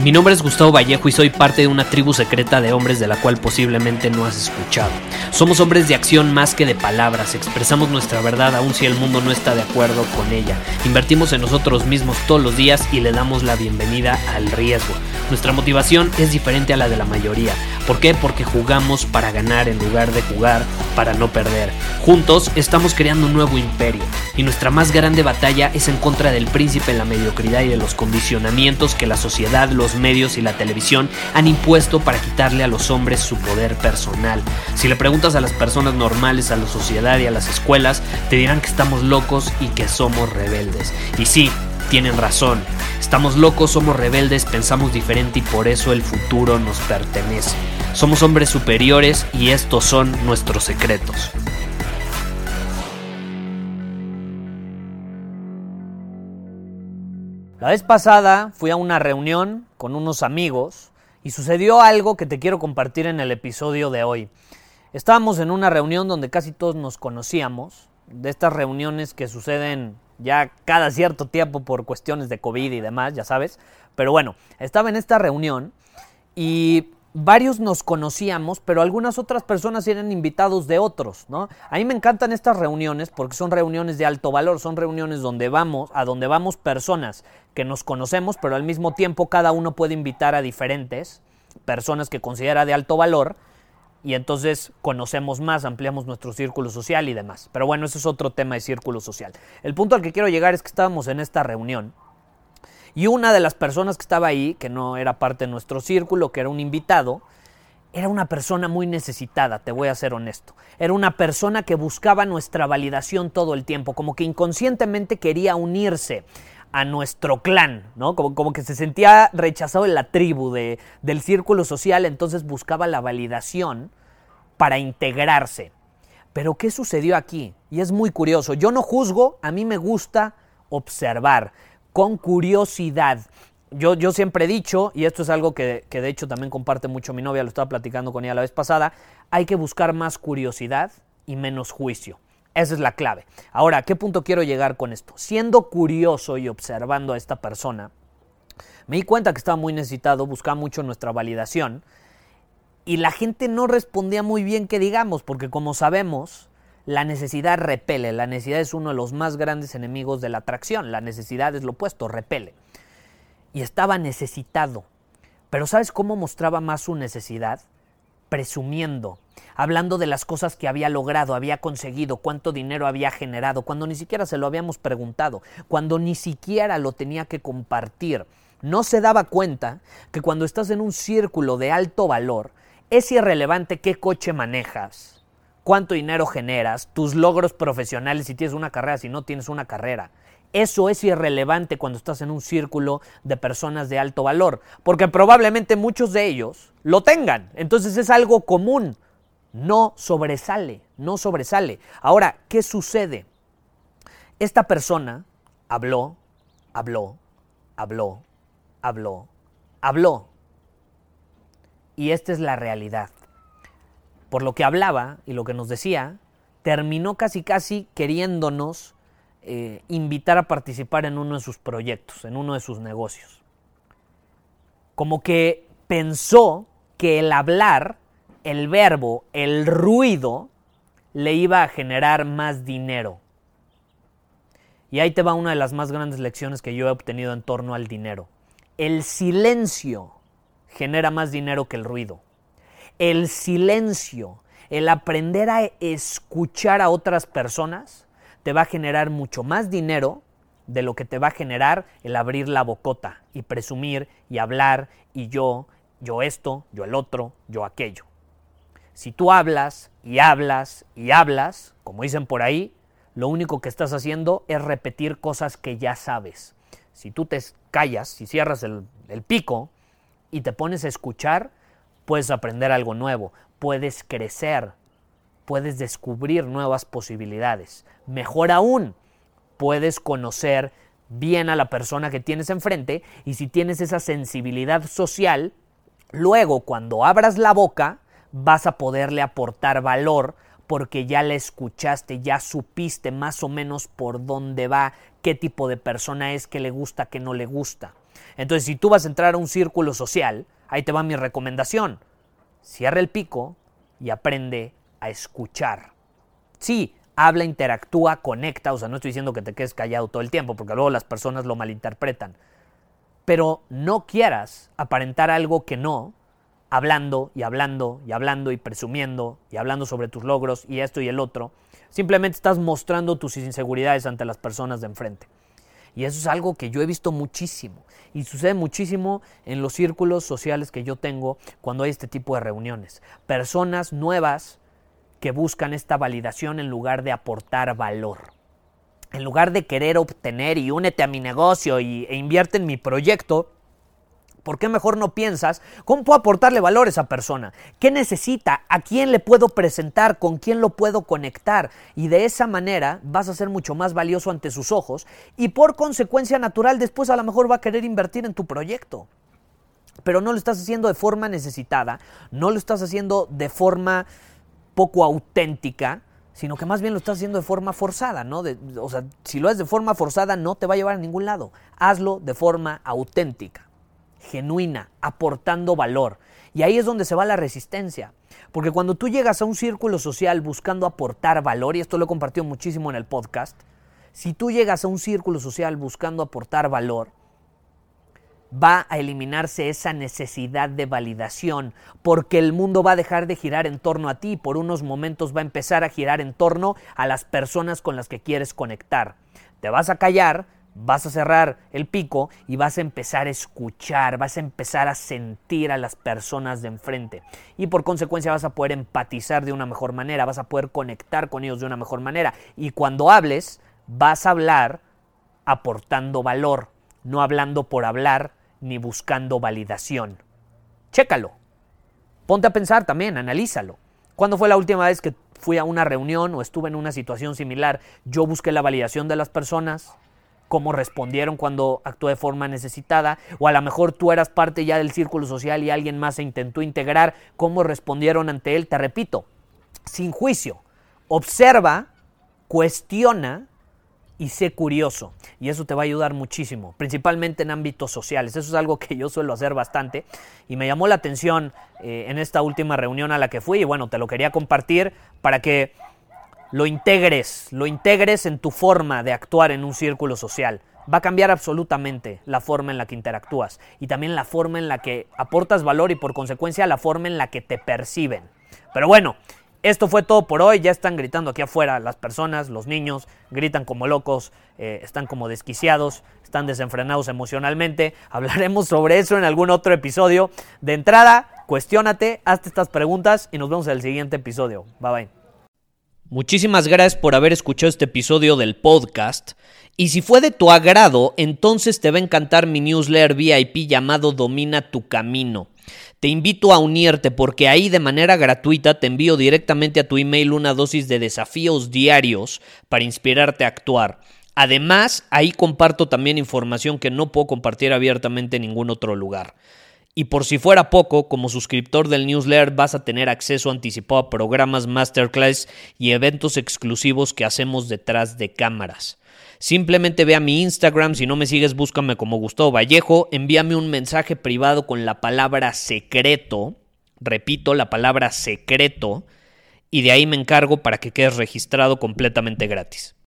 Mi nombre es Gustavo Vallejo y soy parte de una tribu secreta de hombres de la cual posiblemente no has escuchado. Somos hombres de acción más que de palabras, expresamos nuestra verdad aun si el mundo no está de acuerdo con ella. Invertimos en nosotros mismos todos los días y le damos la bienvenida al riesgo. Nuestra motivación es diferente a la de la mayoría. ¿Por qué? Porque jugamos para ganar en lugar de jugar para no perder. Juntos estamos creando un nuevo imperio y nuestra más grande batalla es en contra del príncipe en la mediocridad y de los condicionamientos que la sociedad, los medios y la televisión han impuesto para quitarle a los hombres su poder personal. Si le preguntas a las personas normales, a la sociedad y a las escuelas, te dirán que estamos locos y que somos rebeldes. Y sí, tienen razón. Estamos locos, somos rebeldes, pensamos diferente y por eso el futuro nos pertenece. Somos hombres superiores y estos son nuestros secretos. La vez pasada fui a una reunión con unos amigos y sucedió algo que te quiero compartir en el episodio de hoy. Estábamos en una reunión donde casi todos nos conocíamos, de estas reuniones que suceden ya cada cierto tiempo por cuestiones de COVID y demás, ya sabes. Pero bueno, estaba en esta reunión y varios nos conocíamos, pero algunas otras personas eran invitados de otros, ¿no? A mí me encantan estas reuniones porque son reuniones de alto valor, son reuniones donde vamos personas que nos conocemos, pero al mismo tiempo cada uno puede invitar a diferentes personas que considera de alto valor y entonces conocemos más, ampliamos nuestro círculo social y demás. Pero bueno, ese es otro tema de círculo social. El punto al que quiero llegar es que estábamos en esta reunión y una de las personas que estaba ahí, que no era parte de nuestro círculo, que era un invitado, era una persona muy necesitada, te voy a ser honesto. Era una persona que buscaba nuestra validación todo el tiempo, como que inconscientemente quería unirse a nuestro clan, ¿no? Como que se sentía rechazado en la tribu del círculo social, entonces buscaba la validación para integrarse. Pero ¿qué sucedió aquí? Y es muy curioso. Yo no juzgo, a mí me gusta observar con curiosidad. Yo siempre he dicho, y esto es algo que de hecho también comparte mucho mi novia, lo estaba platicando con ella la vez pasada, hay que buscar más curiosidad y menos juicio. Esa es la clave. Ahora, ¿a qué punto quiero llegar con esto? Siendo curioso y observando a esta persona, me di cuenta que estaba muy necesitado, buscaba mucho nuestra validación y la gente no respondía muy bien que digamos, porque como sabemos, la necesidad repele. La necesidad es uno de los más grandes enemigos de la atracción. La necesidad es lo opuesto, repele. Y estaba necesitado. Pero ¿sabes cómo mostraba más su necesidad? Presumiendo, hablando de las cosas que había logrado, había conseguido, cuánto dinero había generado, cuando ni siquiera se lo habíamos preguntado, cuando ni siquiera lo tenía que compartir. No se daba cuenta que cuando estás en un círculo de alto valor, es irrelevante qué coche manejas, cuánto dinero generas, tus logros profesionales, si tienes una carrera, si no tienes una carrera. Eso es irrelevante cuando estás en un círculo de personas de alto valor, porque probablemente muchos de ellos lo tengan. Entonces es algo común. No sobresale. Ahora, ¿qué sucede? Esta persona habló. Y esta es la realidad. Por lo que hablaba y lo que nos decía, terminó casi queriéndonos invitar a participar en uno de sus proyectos, en uno de sus negocios. Como que pensó que el hablar, el verbo, el ruido, le iba a generar más dinero. Y ahí te va una de las más grandes lecciones que yo he obtenido en torno al dinero. El silencio genera más dinero que el ruido. El silencio, el aprender a escuchar a otras personas, te va a generar mucho más dinero de lo que te va a generar el abrir la bocota y presumir y hablar y yo esto, yo el otro, yo aquello. Si tú hablas, como dicen por ahí, lo único que estás haciendo es repetir cosas que ya sabes. Si tú te callas, si cierras el pico y te pones a escuchar, puedes aprender algo nuevo, puedes crecer, puedes descubrir nuevas posibilidades. Mejor aún, puedes conocer bien a la persona que tienes enfrente y si tienes esa sensibilidad social, luego cuando abras la boca vas a poderle aportar valor porque ya la escuchaste, ya supiste más o menos por dónde va, qué tipo de persona es, qué le gusta, qué no le gusta. Entonces, si tú vas a entrar a un círculo social, ahí te va mi recomendación. Cierra el pico y aprende a escuchar. Sí, habla, interactúa, conecta, o sea, no estoy diciendo que te quedes callado todo el tiempo, porque luego las personas lo malinterpretan. Pero no quieras aparentar algo que no, hablando y hablando y hablando y presumiendo y hablando sobre tus logros y esto y el otro. Simplemente estás mostrando tus inseguridades ante las personas de enfrente. Y eso es algo que yo he visto muchísimo y sucede muchísimo en los círculos sociales que yo tengo cuando hay este tipo de reuniones. Personas nuevas que buscan esta validación en lugar de aportar valor. En lugar de querer obtener y únete a mi negocio e invierte en mi proyecto, ¿por qué mejor no piensas cómo puedo aportarle valor a esa persona? ¿Qué necesita? ¿A quién le puedo presentar? ¿Con quién lo puedo conectar? Y de esa manera vas a ser mucho más valioso ante sus ojos y por consecuencia natural después a lo mejor va a querer invertir en tu proyecto. Pero no lo estás haciendo de forma necesitada, no lo estás haciendo de forma poco auténtica, sino que más bien lo estás haciendo de forma forzada, ¿no? O sea, si lo haces de forma forzada no te va a llevar a ningún lado. Hazlo de forma auténtica, genuina, aportando valor. Y ahí es donde se va la resistencia. Porque cuando tú llegas a un círculo social buscando aportar valor, y esto lo he compartido muchísimo en el podcast, si tú llegas a un círculo social buscando aportar valor, va a eliminarse esa necesidad de validación, porque el mundo va a dejar de girar en torno a ti y por unos momentos va a empezar a girar en torno a las personas con las que quieres conectar. Te vas a callar, vas a cerrar el pico y vas a empezar a escuchar, vas a empezar a sentir a las personas de enfrente y por consecuencia vas a poder empatizar de una mejor manera, vas a poder conectar con ellos de una mejor manera y cuando hables, vas a hablar aportando valor, no hablando por hablar ni buscando validación. Chécalo. Ponte a pensar también, analízalo. ¿Cuándo fue la última vez que fui a una reunión o estuve en una situación similar? Yo busqué la validación de las personas, cómo respondieron cuando actué de forma necesitada, o a lo mejor tú eras parte ya del círculo social y alguien más se intentó integrar, cómo respondieron ante él. Te repito, sin juicio, observa, cuestiona y sé curioso. Y eso te va a ayudar muchísimo, principalmente en ámbitos sociales. Eso es algo que yo suelo hacer bastante y me llamó la atención en esta última reunión a la que fui y bueno, te lo quería compartir para que lo integres en tu forma de actuar en un círculo social. Va a cambiar absolutamente la forma en la que interactúas y también la forma en la que aportas valor y por consecuencia la forma en la que te perciben. Pero bueno, esto fue todo por hoy. Ya están gritando aquí afuera las personas, los niños, gritan como locos, están como desquiciados, están desenfrenados emocionalmente. Hablaremos sobre eso en algún otro episodio. De entrada, cuestiónate, hazte estas preguntas y nos vemos en el siguiente episodio. Bye bye. Muchísimas gracias por haber escuchado este episodio del podcast. Y si fue de tu agrado, entonces te va a encantar mi newsletter VIP llamado Domina tu Camino. Te invito a unirte porque ahí de manera gratuita te envío directamente a tu email una dosis de desafíos diarios para inspirarte a actuar. Además, ahí comparto también información que no puedo compartir abiertamente en ningún otro lugar. Y por si fuera poco, como suscriptor del newsletter vas a tener acceso anticipado a programas, masterclass y eventos exclusivos que hacemos detrás de cámaras. Simplemente ve a mi Instagram, si no me sigues búscame como Gustavo Vallejo, envíame un mensaje privado con la palabra secreto, repito, la palabra secreto, y de ahí me encargo para que quedes registrado completamente gratis.